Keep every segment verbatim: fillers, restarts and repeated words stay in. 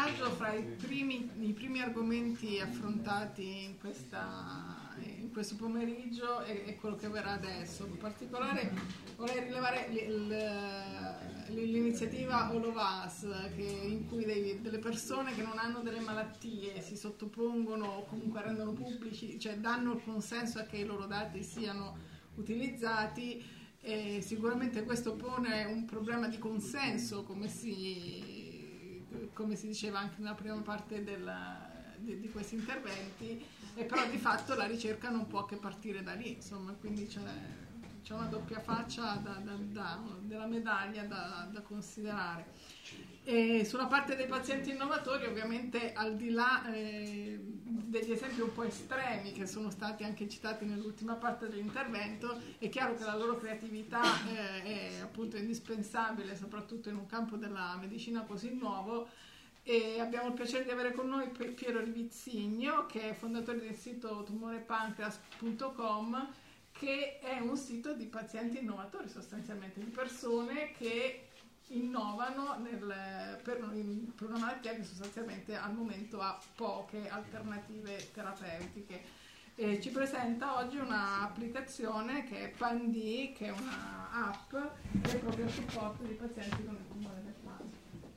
passaggio fra i primi, i primi argomenti affrontati in, questa, in questo pomeriggio e, e quello che verrà adesso. In particolare vorrei rilevare l'iniziativa All of Us, che, in cui dei, delle persone che non hanno delle malattie si sottopongono o comunque rendono pubblici, cioè danno il consenso a che i loro dati siano utilizzati. E sicuramente questo pone un problema di consenso, come si, come si diceva anche nella prima parte della, di, di questi interventi, e però di fatto la ricerca non può che partire da lì, insomma, quindi c'è, c'è una doppia faccia da, da, da, della medaglia da, da considerare. E sulla parte dei pazienti innovatori, ovviamente, al di là eh, degli esempi un po' estremi che sono stati anche citati nell'ultima parte dell'intervento, è chiaro che la loro creatività eh, è appunto indispensabile, soprattutto in un campo della medicina così nuovo. E abbiamo il piacere di avere con noi Piero Rivizzigno, che è fondatore del sito tumore pancreas punto com, che è un sito di pazienti innovatori, sostanzialmente di persone che innovano nel, per, per una malattia che sostanzialmente al momento ha poche alternative terapeutiche. E ci presenta oggi un'applicazione che è PanD, che è una app che è proprio a supporto di pazienti con il tumore del plasma.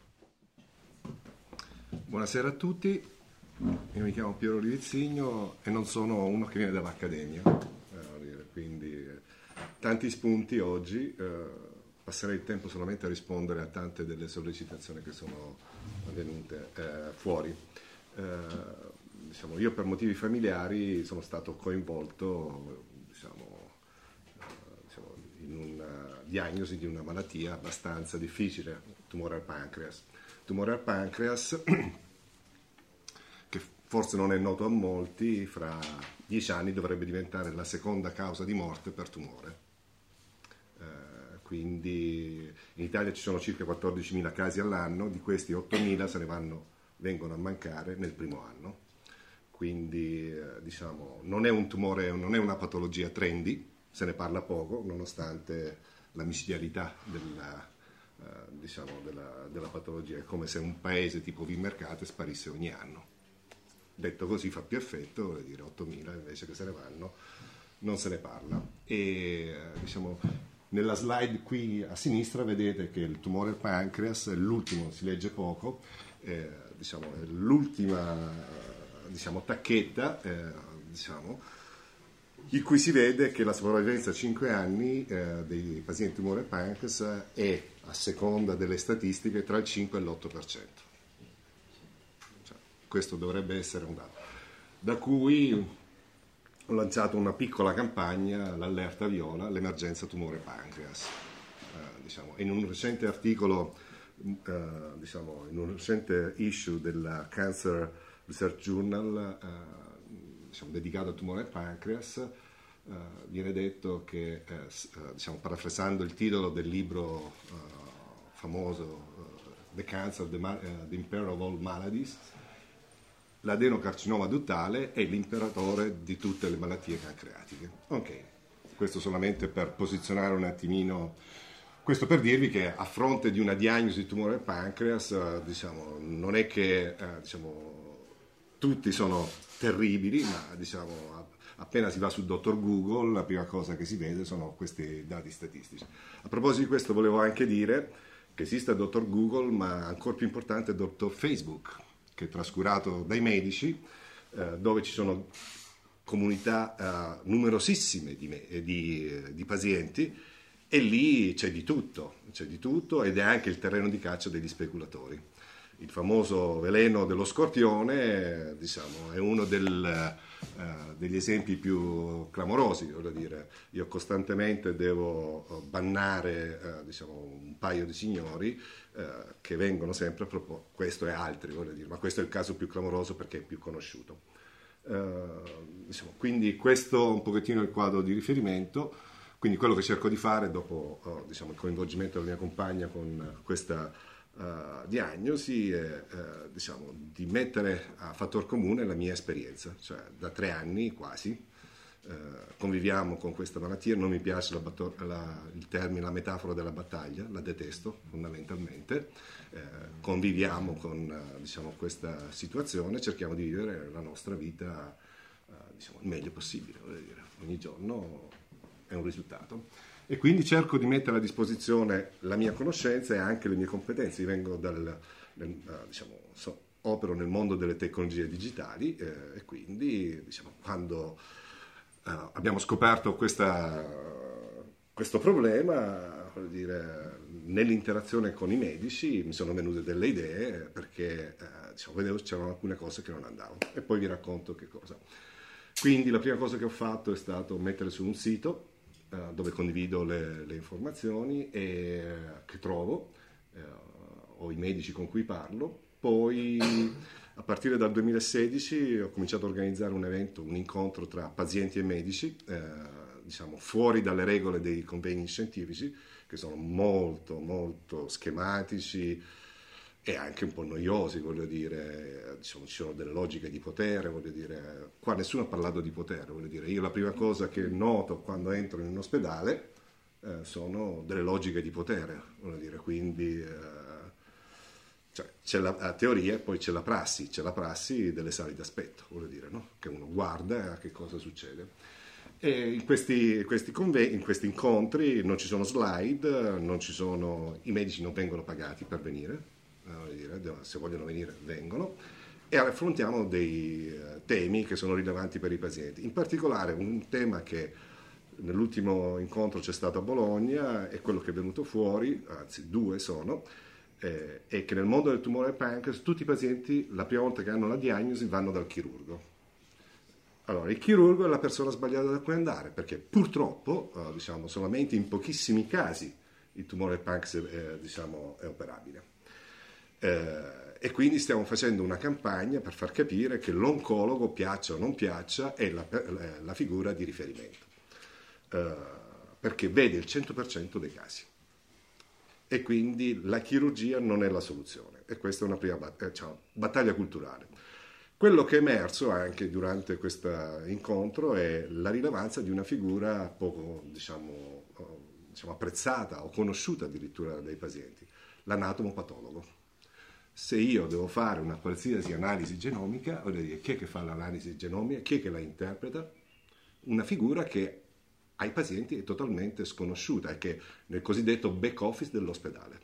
Buonasera a tutti, io mi chiamo Piero Rivizzigno e non sono uno che viene dall'accademia, eh, quindi eh, tanti spunti oggi. Eh, Passerei il tempo solamente a rispondere a tante delle sollecitazioni che sono avvenute eh, fuori. Eh, diciamo, io per motivi familiari sono stato coinvolto diciamo, eh, diciamo, in una diagnosi di una malattia abbastanza difficile, tumore al pancreas. Tumore al pancreas che forse non è noto a molti, fra dieci anni dovrebbe diventare la seconda causa di morte per tumore. Quindi in Italia ci sono circa quattordicimila casi all'anno, di questi ottomila se ne vanno, vengono a mancare nel primo anno. Quindi eh, diciamo, non è un tumore, non è una patologia trendy, se ne parla poco, nonostante la micidialità della, eh, diciamo, della, della patologia. È come se un paese tipo Vimercate sparisse ogni anno. Detto così fa più effetto, vuol dire ottomila invece che se ne vanno, non se ne parla. E eh, diciamo... Nella slide qui a sinistra vedete che il tumore al pancreas è l'ultimo, si legge poco, eh, diciamo, è l'ultima diciamo, tacchetta, eh, diciamo, in cui si vede che la sopravvivenza a cinque anni eh, dei pazienti tumore al pancreas è, a seconda delle statistiche, tra il cinque e l'otto per cento. Cioè, questo dovrebbe essere un dato. Da cui... ho lanciato una piccola campagna, l'allerta viola, l'emergenza tumore pancreas. Eh, diciamo, in un recente articolo, eh, diciamo, in un recente issue della Cancer Research Journal, eh, diciamo, dedicato al tumore pancreas, eh, viene detto che, eh, diciamo, parafrasando il titolo del libro eh, famoso, uh, The Cancer, the, uh, the Emperor of All Maladies, l'adenocarcinoma duttale è l'imperatore di tutte le malattie pancreatiche. Ok, questo solamente per posizionare un attimino, questo per dirvi che a fronte di una diagnosi di tumore al pancreas, eh, diciamo, non è che eh, diciamo, tutti sono terribili, ma diciamo, appena si va sul dottor Google la prima cosa che si vede sono questi dati statistici. A proposito di questo volevo anche dire che esiste il dottor Google, ma ancora più importante è il dottor Facebook, che è trascurato dai medici, eh, dove ci sono comunità eh, numerosissime di, me, di, di pazienti, e lì c'è di tutto, c'è di tutto ed è anche il terreno di caccia degli speculatori. Il famoso veleno dello scorpione, diciamo, è uno del, eh, degli esempi più clamorosi, voglio dire. Io costantemente devo bannare eh, diciamo, un paio di signori eh, che vengono sempre a proporre, questo e altri, voglio dire, ma questo è il caso più clamoroso perché è più conosciuto. Eh, diciamo, quindi questo un pochettino è il quadro di riferimento. Quindi quello che cerco di fare dopo oh, diciamo, il coinvolgimento della mia compagna con questa Uh, diagnosi è uh, diciamo, di mettere a fattor comune la mia esperienza, cioè da tre anni quasi eh, conviviamo con questa malattia. Non mi piace la, la, il termine, la metafora della battaglia, la detesto fondamentalmente. Eh, conviviamo con eh, diciamo, questa situazione, cerchiamo di vivere la nostra vita eh, diciamo, il meglio possibile, voglio dire. Ogni giorno è un risultato. E quindi cerco di mettere a disposizione la mia conoscenza e anche le mie competenze. Io vengo dal, nel, uh, diciamo, so, opero nel mondo delle tecnologie digitali eh, e quindi diciamo, quando uh, abbiamo scoperto questa, questo problema, voglio dire, nell'interazione con i medici mi sono venute delle idee perché uh, diciamo, vedevo che c'erano alcune cose che non andavano e poi vi racconto che cosa. Quindi la prima cosa che ho fatto è stato mettere su un sito dove condivido le, le informazioni e, che trovo, eh, ho i medici con cui parlo. Poi a partire dal duemilasedici ho cominciato a organizzare un evento, un incontro tra pazienti e medici, eh, diciamo fuori dalle regole dei convegni scientifici, che sono molto molto schematici e anche un po' noiosi, voglio dire, diciamo, ci sono delle logiche di potere, voglio dire, qua nessuno ha parlato di potere, voglio dire, io la prima cosa che noto quando entro in un ospedale eh, sono delle logiche di potere, voglio dire, quindi eh, cioè, c'è la, la teoria e poi c'è la prassi, c'è la prassi delle sale d'aspetto, voglio dire, no? Che uno guarda a che cosa succede. E in questi, questi conven- in questi incontri non ci sono slide, non ci sono, i medici non vengono pagati per venire, se vogliono venire vengono, e affrontiamo dei uh, temi che sono rilevanti per i pazienti. In particolare un tema che nell'ultimo incontro c'è stato a Bologna è quello che è venuto fuori, anzi due sono, eh, è che nel mondo del tumore al pancreas tutti i pazienti la prima volta che hanno la diagnosi vanno dal chirurgo. Allora, il chirurgo è la persona sbagliata da cui andare, perché purtroppo uh, diciamo, solamente in pochissimi casi il tumore al pancreas eh, diciamo, è operabile. Eh, e quindi stiamo facendo una campagna per far capire che l'oncologo, piaccia o non piaccia, è la, la figura di riferimento, eh, perché vede il cento per cento dei casi e quindi la chirurgia non è la soluzione, e questa è una prima bat- eh, cioè, battaglia culturale. Quello che è emerso anche durante questo incontro è la rilevanza di una figura poco diciamo, diciamo, apprezzata o conosciuta addirittura dai pazienti, l'anatomopatologo. Se io devo fare una qualsiasi analisi genomica, voglio dire, chi è che fa l'analisi genomica, chi è che la interpreta? Una figura che ai pazienti è totalmente sconosciuta e che è nel cosiddetto back office dell'ospedale.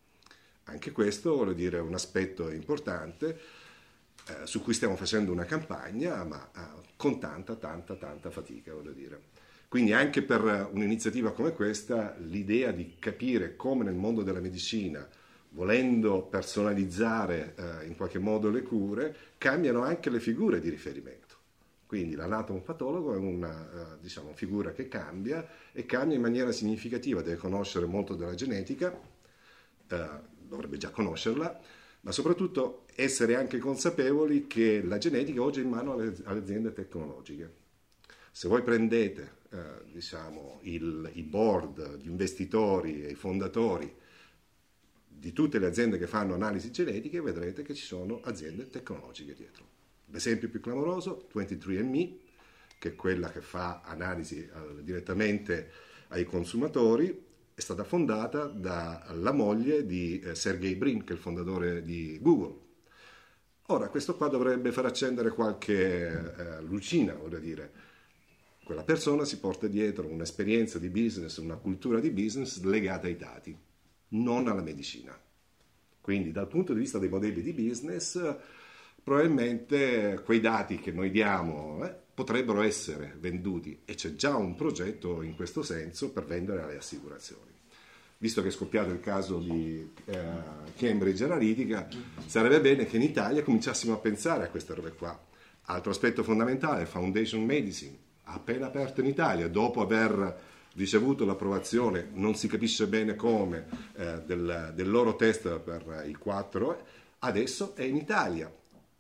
Anche questo, voglio dire, è un aspetto importante eh, su cui stiamo facendo una campagna, ma eh, con tanta, tanta, tanta fatica, voglio dire. Quindi anche per un'iniziativa come questa, l'idea di capire come nel mondo della medicina, volendo personalizzare eh, in qualche modo le cure, cambiano anche le figure di riferimento. Quindi l'anatomopatologo è una eh, diciamo, figura che cambia e cambia in maniera significativa, deve conoscere molto della genetica, eh, dovrebbe già conoscerla, ma soprattutto essere anche consapevoli che la genetica oggi è in mano alle, alle aziende tecnologiche. Se voi prendete eh, diciamo, il, i board, gli investitori e i fondatori di tutte le aziende che fanno analisi genetiche, vedrete che ci sono aziende tecnologiche dietro. L'esempio più clamoroso, ventitré and me, che è quella che fa analisi eh, direttamente ai consumatori, è stata fondata dalla moglie di eh, Sergey Brin, che è il fondatore di Google. Ora, questo qua dovrebbe far accendere qualche eh, lucina, voglio dire. Quella persona si porta dietro un'esperienza di business, una cultura di business legata ai dati, non alla medicina. Quindi dal punto di vista dei modelli di business, probabilmente quei dati che noi diamo eh, potrebbero essere venduti, e c'è già un progetto in questo senso per vendere alle assicurazioni. Visto che è scoppiato il caso di eh, Cambridge Analytica, sarebbe bene che in Italia cominciassimo a pensare a queste robe qua. Altro aspetto fondamentale, Foundation Medicine, appena aperto in Italia, dopo aver ricevuto l'approvazione, non si capisce bene come, eh, del, del loro test per i quattro, adesso è in Italia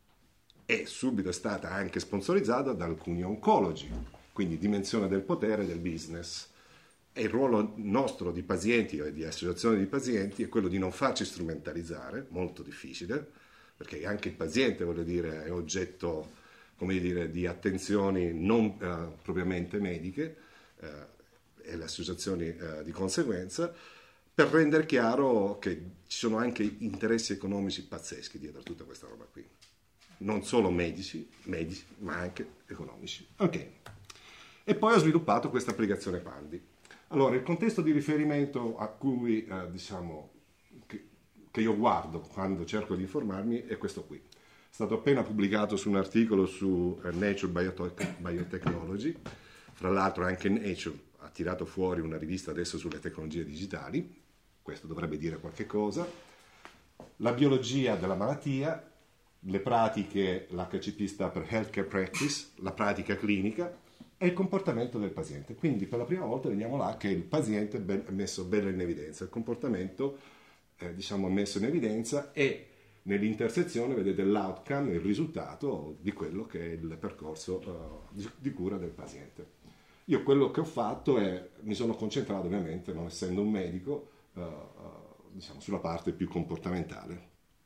e subito è stata anche sponsorizzata da alcuni oncologi, quindi dimensione del potere del business. E il ruolo nostro di pazienti e di associazione di pazienti è quello di non farci strumentalizzare, molto difficile, perché anche il paziente, voglio dire, è oggetto come dire, di attenzioni non eh, propriamente mediche eh, e le associazioni eh, di conseguenza, per rendere chiaro che ci sono anche interessi economici pazzeschi dietro a tutta questa roba qui. Non solo medici, medici, ma anche economici. Ok. E poi ho sviluppato questa applicazione Pandi. Allora, il contesto di riferimento a cui, eh, diciamo, che, che io guardo quando cerco di informarmi è questo qui. È stato appena pubblicato su un articolo su uh, Nature Biotech- Biotechnology. Fra l'altro anche Nature ha tirato fuori una rivista adesso sulle tecnologie digitali. Questo dovrebbe dire qualche cosa. La biologia della malattia, le pratiche, l'H C P sta per Healthcare Practice, la pratica clinica e il comportamento del paziente. Quindi per la prima volta vediamo là che il paziente è messo bello in evidenza, il comportamento eh, diciamo messo in evidenza e nell'intersezione vedete l'outcome, il risultato di quello che è il percorso uh, di, di cura del paziente. Io quello che ho fatto è, mi sono concentrato ovviamente, non essendo un medico, uh, uh, diciamo sulla parte più comportamentale.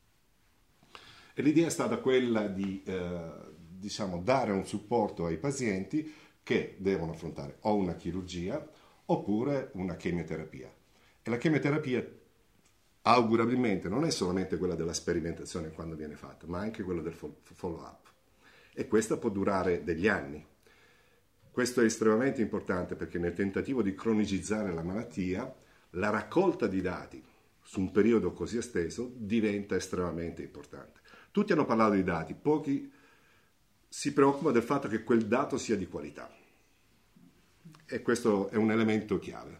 E l'idea è stata quella di uh, diciamo dare un supporto ai pazienti che devono affrontare o una chirurgia oppure una chemioterapia. E la chemioterapia augurabilmente non è solamente quella della sperimentazione quando viene fatta, ma anche quella del follow-up. E questa può durare degli anni. Questo è estremamente importante perché nel tentativo di cronicizzare la malattia, la raccolta di dati su un periodo così esteso diventa estremamente importante. Tutti hanno parlato di dati, pochi si preoccupano del fatto che quel dato sia di qualità. E questo è un elemento chiave.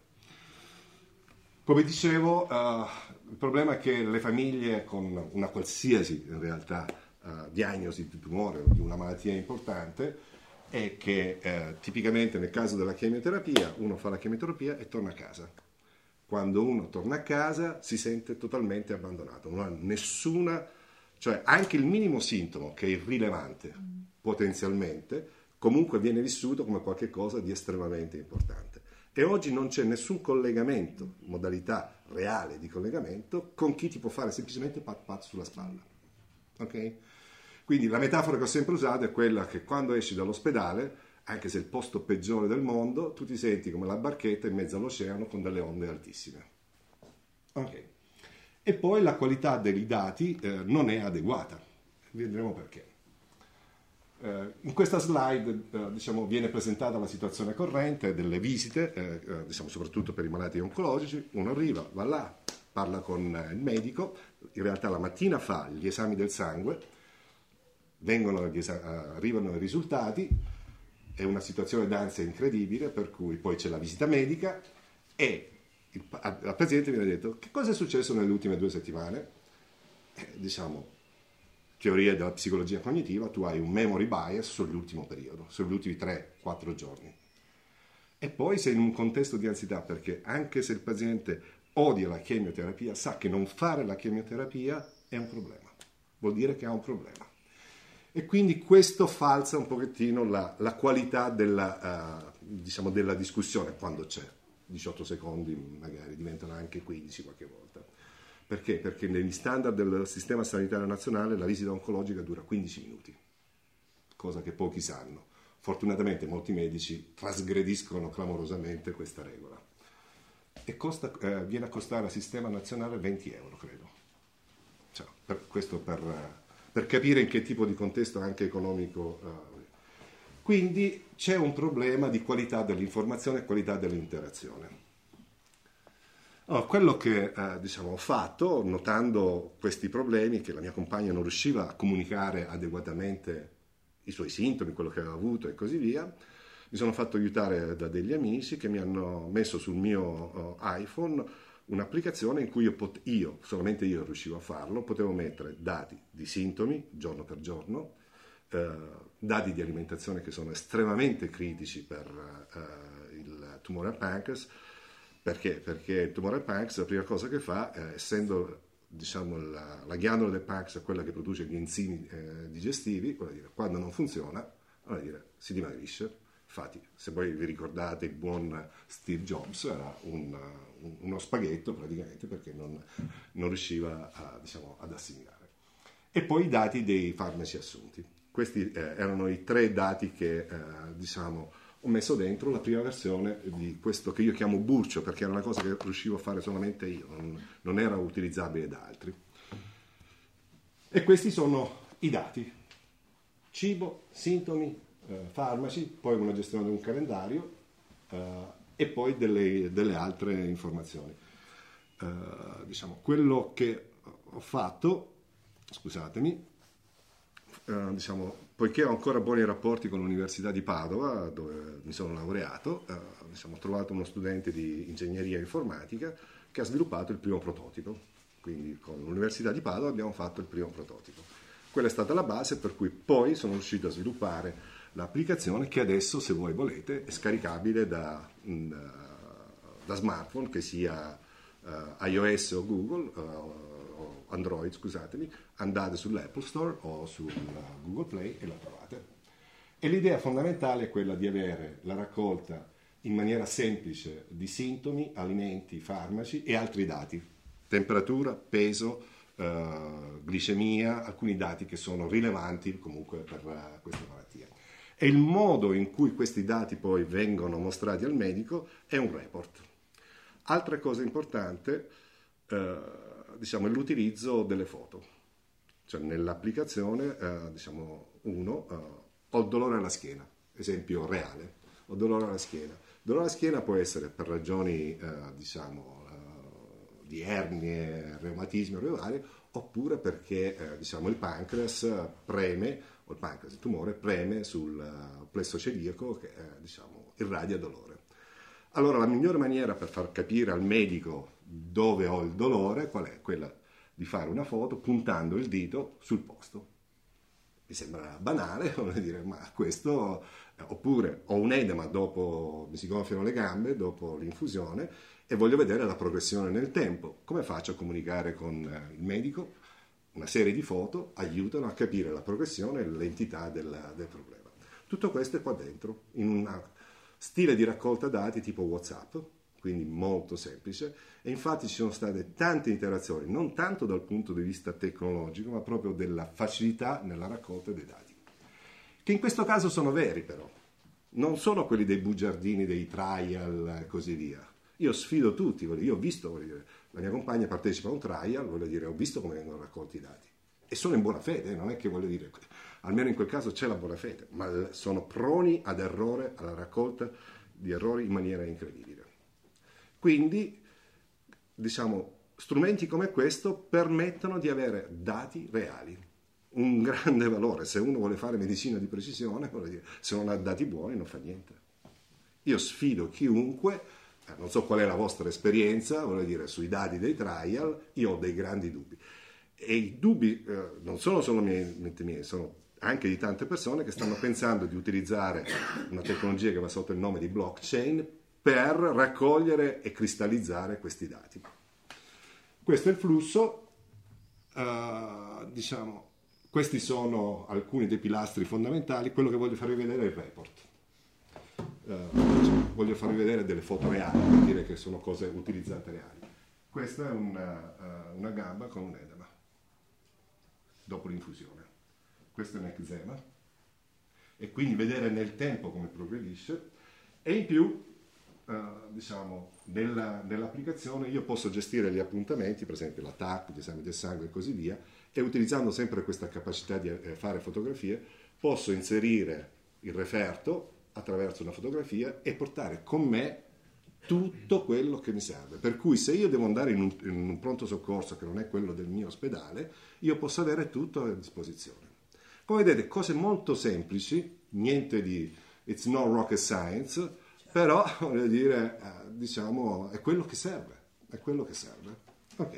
Come dicevo, uh, il problema è che le famiglie con una qualsiasi, in realtà, uh, diagnosi di tumore o di una malattia importante è che uh, tipicamente nel caso della chemioterapia uno fa la chemioterapia e torna a casa. Quando uno torna a casa si sente totalmente abbandonato, non ha nessuna, cioè anche il minimo sintomo che è irrilevante potenzialmente, comunque viene vissuto come qualcosa di estremamente importante. E oggi non c'è nessun collegamento, modalità reale di collegamento, con chi ti può fare semplicemente pat pat sulla spalla. Ok? Quindi la metafora che ho sempre usato è quella che quando esci dall'ospedale, anche se è il posto peggiore del mondo, tu ti senti come la barchetta in mezzo all'oceano con delle onde altissime. Ok? E poi la qualità dei dati eh, non è adeguata. Vedremo perché. In questa slide eh, diciamo, viene presentata la situazione corrente delle visite, eh, diciamo, soprattutto per i malati oncologici. Uno arriva, va là, parla con il medico, in realtà la mattina fa gli esami del sangue, vengono gli esa- arrivano i risultati, è una situazione d'ansia incredibile, per cui poi c'è la visita medica e il, al paziente viene detto che cosa è successo nelle ultime due settimane, eh, diciamo, teoria della psicologia cognitiva, tu hai un memory bias sull'ultimo periodo, sugli ultimi tre quattro giorni. E poi sei in un contesto di ansietà, perché anche se il paziente odia la chemioterapia, sa che non fare la chemioterapia è un problema. Vuol dire che ha un problema. E quindi questo falsa un pochettino la, la qualità della, uh, diciamo della discussione quando c'è. diciotto secondi magari diventano anche quindici qualche volta. Perché? Perché negli standard del sistema sanitario nazionale la visita oncologica dura quindici minuti, cosa che pochi sanno. Fortunatamente molti medici trasgrediscono clamorosamente questa regola. E costa, eh, viene a costare al sistema nazionale venti euro, credo. Cioè, per, questo per, per capire in che tipo di contesto anche economico. Eh. Quindi c'è un problema di qualità dell'informazione e qualità dell'interazione. Allora, quello che eh, diciamo, ho fatto, notando questi problemi, che la mia compagna non riusciva a comunicare adeguatamente i suoi sintomi, quello che aveva avuto e così via, mi sono fatto aiutare da degli amici che mi hanno messo sul mio uh, iPhone un'applicazione in cui io, pot- io, solamente io riuscivo a farlo, potevo mettere dati di sintomi giorno per giorno, eh, dati di alimentazione che sono estremamente critici per uh, il tumore al pancreas. Perché? Perché il tumore al pancreas la prima cosa che fa, eh, essendo diciamo, la, la ghiandola del pancreas quella che produce gli enzimi eh, digestivi, vuol dire, quando non funziona, vuol dire, si dimagrisce. Infatti, se voi vi ricordate, il buon Steve Jobs era un, un, uno spaghetto praticamente perché non, non riusciva a, diciamo, ad assimilare. E poi i dati dei farmaci assunti. questi eh, erano i tre dati che eh, diciamo ho messo dentro la prima versione di questo che io chiamo Burcio, perché era una cosa che riuscivo a fare solamente io, non, non era utilizzabile da altri. E questi sono i dati: cibo, sintomi, eh, farmaci, poi una gestione di un calendario eh, e poi delle, delle altre informazioni. Eh, diciamo, quello che ho fatto, scusatemi, eh, diciamo, poiché ho ancora buoni rapporti con l'Università di Padova, dove mi sono laureato, eh, diciamo, ho trovato uno studente di ingegneria informatica che ha sviluppato il primo prototipo. Quindi con l'Università di Padova abbiamo fatto il primo prototipo. Quella è stata la base per cui poi sono riuscito a sviluppare l'applicazione che adesso, se voi volete, è scaricabile da, mh, da smartphone, che sia uh, iOS o Google, uh, o Android, scusatemi. Andate sull'Apple Store o sul Google Play e la trovate. E l'idea fondamentale è quella di avere la raccolta in maniera semplice di sintomi, alimenti, farmaci e altri dati: temperatura, peso, eh, glicemia, alcuni dati che sono rilevanti comunque per uh, questa malattia. E il modo in cui questi dati poi vengono mostrati al medico è un report. Altra cosa importante, eh, diciamo, è l'utilizzo delle foto. Cioè nell'applicazione, eh, diciamo, uno, eh, ho il dolore alla schiena, esempio reale, ho dolore alla schiena. Il dolore alla schiena può essere per ragioni, eh, diciamo, eh, di ernie, reumatismi o varie, oppure perché, eh, diciamo, il pancreas preme, o il pancreas, il tumore, preme sul uh, plesso celiaco che, eh, diciamo, irradia dolore. Allora la migliore maniera per far capire al medico dove ho il dolore, qual è? Quella di fare una foto puntando il dito sul posto. Mi sembra banale, voglio dire, ma questo, eh, oppure ho un edema dopo, mi si gonfiano le gambe dopo l'infusione e voglio vedere la progressione nel tempo. Come faccio a comunicare con eh, il medico? Una serie di foto aiutano a capire la progressione e l'entità del, del problema. Tutto questo è qua dentro, in un stile di raccolta dati tipo WhatsApp, quindi molto semplice, e infatti ci sono state tante interazioni, non tanto dal punto di vista tecnologico, ma proprio della facilità nella raccolta dei dati, che in questo caso sono veri però, non sono quelli dei bugiardini, dei trial e così via. Io sfido tutti, io ho visto, voglio dire, la mia compagna partecipa a un trial, voglio dire, ho visto come vengono raccolti i dati, e sono in buona fede, non è che voglio dire, almeno in quel caso c'è la buona fede, ma sono proni ad errore, alla raccolta di errori in maniera incredibile. Quindi, diciamo, strumenti come questo permettono di avere dati reali, un grande valore. Se uno vuole fare medicina di precisione, vuol dire, se non ha dati buoni non fa niente. Io sfido chiunque, eh, non so qual è la vostra esperienza, voglio dire, sui dati dei trial, io ho dei grandi dubbi. E i dubbi eh, non sono solo miei, miei, sono anche di tante persone che stanno pensando di utilizzare una tecnologia che va sotto il nome di blockchain per raccogliere e cristallizzare questi dati. Questo è il flusso, uh, diciamo, questi sono alcuni dei pilastri fondamentali. Quello che voglio farvi vedere è il report. Uh, diciamo, voglio farvi vedere delle foto reali, per dire che sono cose utilizzate reali. Questa è una, uh, una gamba con un edema, dopo l'infusione. Questo è un eczema, e quindi vedere nel tempo come progredisce, e in più Uh, diciamo, nella, nell'applicazione io posso gestire gli appuntamenti, per esempio la T A C, gli esami del sangue e così via, e utilizzando sempre questa capacità di eh, fare fotografie posso inserire il referto attraverso una fotografia e portare con me tutto quello che mi serve, per cui se io devo andare in un, in un pronto soccorso che non è quello del mio ospedale, io posso avere tutto a disposizione. Come vedete, cose molto semplici, niente di it's no rocket science, però, voglio dire, eh, diciamo, è quello che serve, è quello che serve. Ok.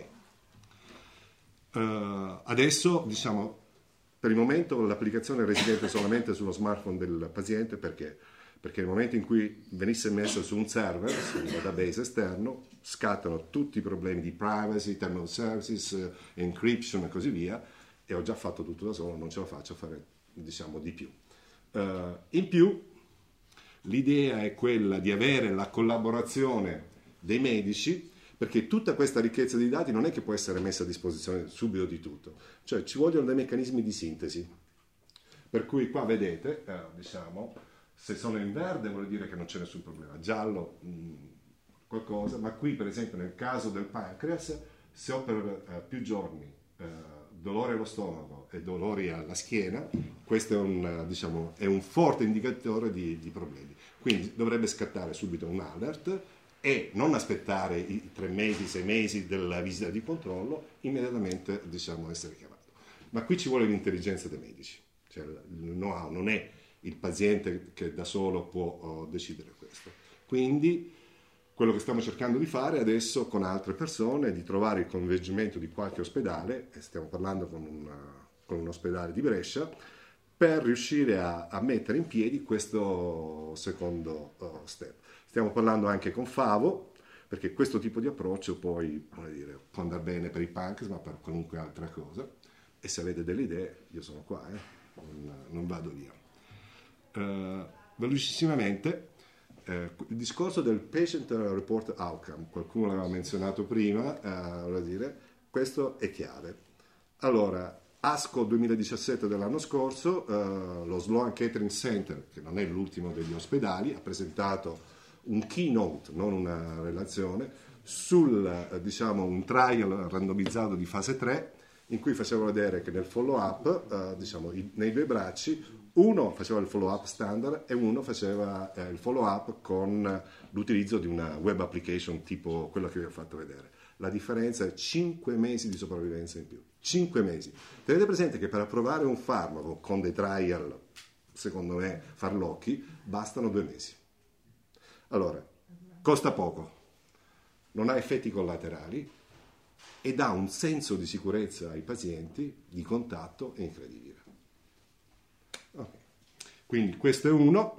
Uh, adesso, diciamo, per il momento l'applicazione è residente solamente sullo smartphone del paziente, perché? Perché nel momento in cui venisse messa su un server, su un database esterno, scattano tutti i problemi di privacy, term of services, encryption e così via, e ho già fatto tutto da solo, non ce la faccio a fare, diciamo, di più. Uh, in più, l'idea è quella di avere la collaborazione dei medici, perché tutta questa ricchezza di dati non è che può essere messa a disposizione subito di tutto, cioè ci vogliono dei meccanismi di sintesi. Per cui qua vedete, eh, diciamo, se sono in verde vuol dire che non c'è nessun problema, giallo mh, qualcosa, ma qui per esempio nel caso del pancreas, se ho per eh, più giorni eh, dolore allo stomaco e dolori alla schiena, questo è un, diciamo, è un forte indicatore di, di problemi. Quindi dovrebbe scattare subito un alert e non aspettare i tre mesi, sei mesi della visita di controllo, immediatamente, diciamo, essere chiamato. Ma qui ci vuole l'intelligenza dei medici, cioè il know-how, non è il paziente che da solo può oh, decidere questo. Quindi quello che stiamo cercando di fare adesso con altre persone è di trovare il coinvolgimento di qualche ospedale, e stiamo parlando con, una, con un ospedale di Brescia, per riuscire a, a mettere in piedi questo secondo uh, step. Stiamo parlando anche con Favo, perché questo tipo di approccio poi vuol dire, può andare bene per i pancreas, ma per qualunque altra cosa. E se avete delle idee, io sono qua, eh? non, non vado via. Uh, velocissimamente, eh, il discorso del patient report outcome, qualcuno l'aveva menzionato prima, uh, vuol dire, questo è chiave. Allora, ASCO duemiladiciassette dell'anno scorso, uh, lo Sloan Kettering Center, che non è l'ultimo degli ospedali, ha presentato un keynote, non una relazione, sul, uh, diciamo, un trial randomizzato di fase tre, in cui faceva vedere che nel follow-up, uh, diciamo, i, nei due bracci, uno faceva il follow-up standard e uno faceva eh, il follow-up con l'utilizzo di una web application tipo quello che vi ho fatto vedere. La differenza è cinque mesi di sopravvivenza in più. cinque mesi. Tenete presente che per approvare un farmaco con dei trial, secondo me, farlocchi, bastano due mesi. Allora, costa poco, non ha effetti collaterali e dà un senso di sicurezza ai pazienti, di contatto, è incredibile. Okay. Quindi questo è uno.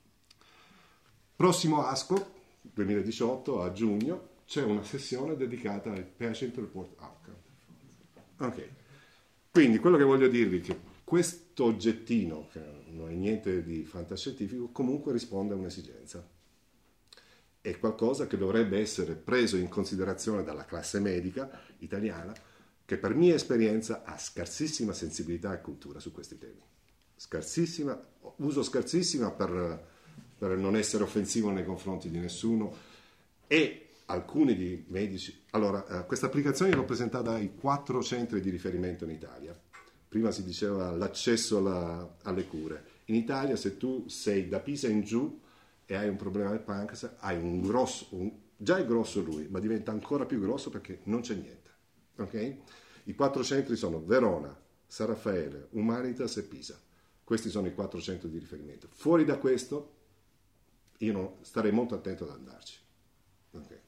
Prossimo ASCO, duemiladiciotto, a giugno, c'è una sessione dedicata al Patient Report Outcome. Ok, quindi quello che voglio dirvi è che questo oggettino, che non è niente di fantascientifico, comunque risponde a un'esigenza. È qualcosa che dovrebbe essere preso in considerazione dalla classe medica italiana, che per mia esperienza ha scarsissima sensibilità e cultura su questi temi. Scarsissima, uso scarsissima per, per non essere offensivo nei confronti di nessuno, e alcuni di medici. Allora, eh, questa applicazione l'ho presentata ai quattro centri di riferimento in Italia. Prima si diceva l'accesso alla, alle cure. In Italia, se tu sei da Pisa in giù e hai un problema del pancreas, hai un grosso, un, già è grosso lui, ma diventa ancora più grosso perché non c'è niente. Okay? I quattro centri sono Verona, San Raffaele, Humanitas e Pisa. Questi sono i quattro centri di riferimento. Fuori da questo, io non, starei molto attento ad andarci. Okay.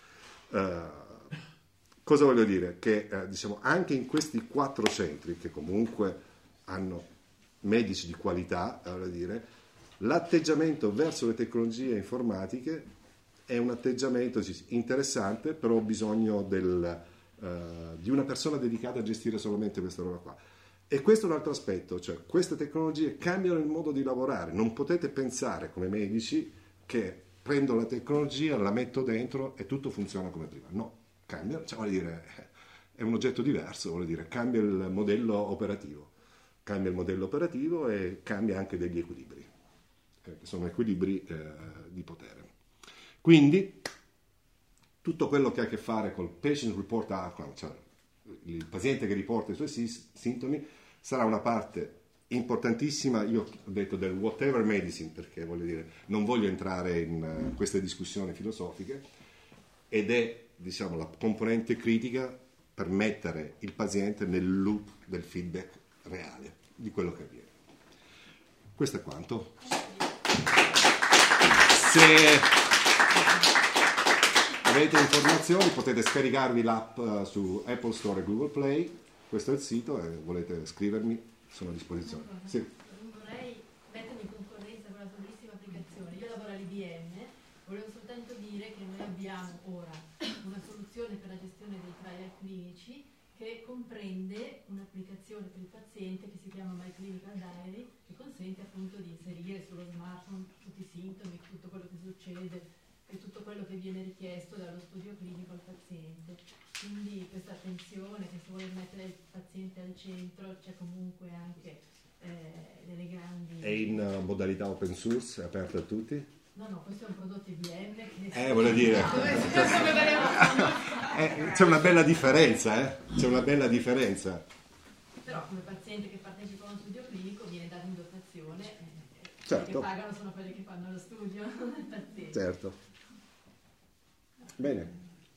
Uh, cosa voglio dire? Che uh, diciamo, anche in questi quattro centri, che comunque hanno medici di qualità, voglio dire, l'atteggiamento verso le tecnologie informatiche è un atteggiamento interessante, però ho bisogno del, uh, di una persona dedicata a gestire solamente questa roba qua. E questo è un altro aspetto, cioè queste tecnologie cambiano il modo di lavorare. Non potete pensare come medici che prendo la tecnologia, la metto dentro e tutto funziona come prima. No, cambia, cioè, vuol dire, è un oggetto diverso, vuol dire, cambia il modello operativo. Cambia il modello operativo e cambia anche degli equilibri, eh, che sono equilibri eh, di potere. Quindi, tutto quello che ha a che fare col patient report outcome, cioè il paziente che riporta i suoi sis- sintomi, sarà una parte importantissima. Io ho detto del whatever medicine perché voglio dire, non voglio entrare in uh, queste discussioni filosofiche, ed è, diciamo, la componente critica per mettere il paziente nel loop del feedback reale di quello che avviene. Questo è quanto. Se avete informazioni potete scaricarvi l'app uh, su Apple Store e Google Play. Questo è il sito e volete scrivermi, sono a disposizione. Sì. Vorrei mettermi in concorrenza con una bellissima applicazione. Io lavoro all'I B M, volevo soltanto dire che noi abbiamo ora una soluzione per la gestione dei trial clinici che comprende un'applicazione per il paziente che si chiama My Clinical Diary, che consente appunto di inserire sullo smartphone tutti i sintomi, tutto quello che succede e tutto quello che viene richiesto dallo studio clinico al paziente. Quindi questa attenzione che si vuole mettere il paziente al centro c'è comunque anche eh, delle grandi... È in uh, modalità open source, è aperto a tutti? No, no, questo è un prodotto I B M che... Eh, voglio dire... eh, c'è una bella differenza, eh? C'è una bella differenza. Però come paziente che partecipa a uno studio clinico viene dato in dotazione, eh, certo. quelli che pagano sono quelli che fanno lo studio, non il paziente. Certo. Bene.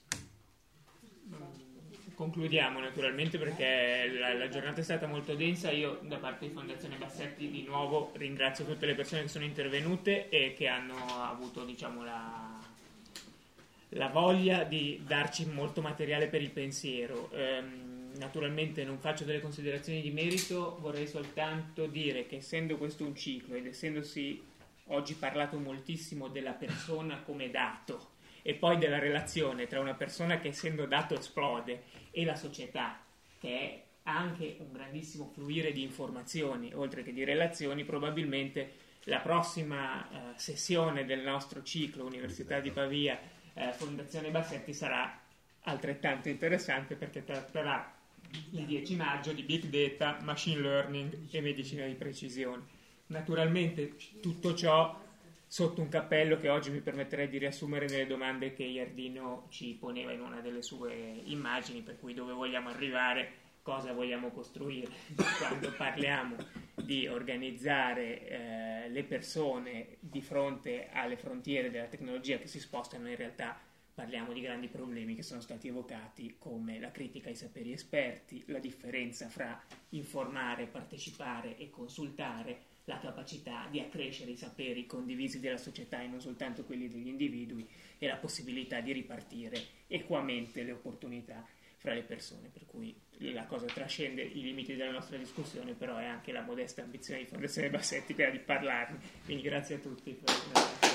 Concludiamo naturalmente perché la, la giornata è stata molto densa. Io da parte di Fondazione Bassetti di nuovo ringrazio tutte le persone che sono intervenute e che hanno avuto, diciamo, la, la voglia di darci molto materiale per il pensiero. Ehm, naturalmente non faccio delle considerazioni di merito, vorrei soltanto dire che essendo questo un ciclo ed essendosi oggi parlato moltissimo della persona come dato e poi della relazione tra una persona che essendo dato esplode e la società, che è anche un grandissimo fluire di informazioni, oltre che di relazioni, probabilmente la prossima eh, sessione del nostro ciclo Università di Pavia, eh, Fondazione Bassetti, sarà altrettanto interessante perché tratterà il dieci maggio di Big Data, Machine Learning e Medicina di Precisione. Naturalmente tutto ciò sotto un cappello che oggi mi permetterei di riassumere nelle domande che Iardino ci poneva in una delle sue immagini, per cui dove vogliamo arrivare, cosa vogliamo costruire. Quando parliamo di organizzare eh, le persone di fronte alle frontiere della tecnologia che si spostano, in realtà parliamo di grandi problemi che sono stati evocati, come la critica ai saperi esperti, la differenza fra informare, partecipare e consultare, la capacità di accrescere i saperi condivisi della società e non soltanto quelli degli individui, e la possibilità di ripartire equamente le opportunità fra le persone, per cui la cosa trascende i limiti della nostra discussione, però è anche la modesta ambizione di Fondazione Bassetti quella di parlarne. Quindi grazie a tutti per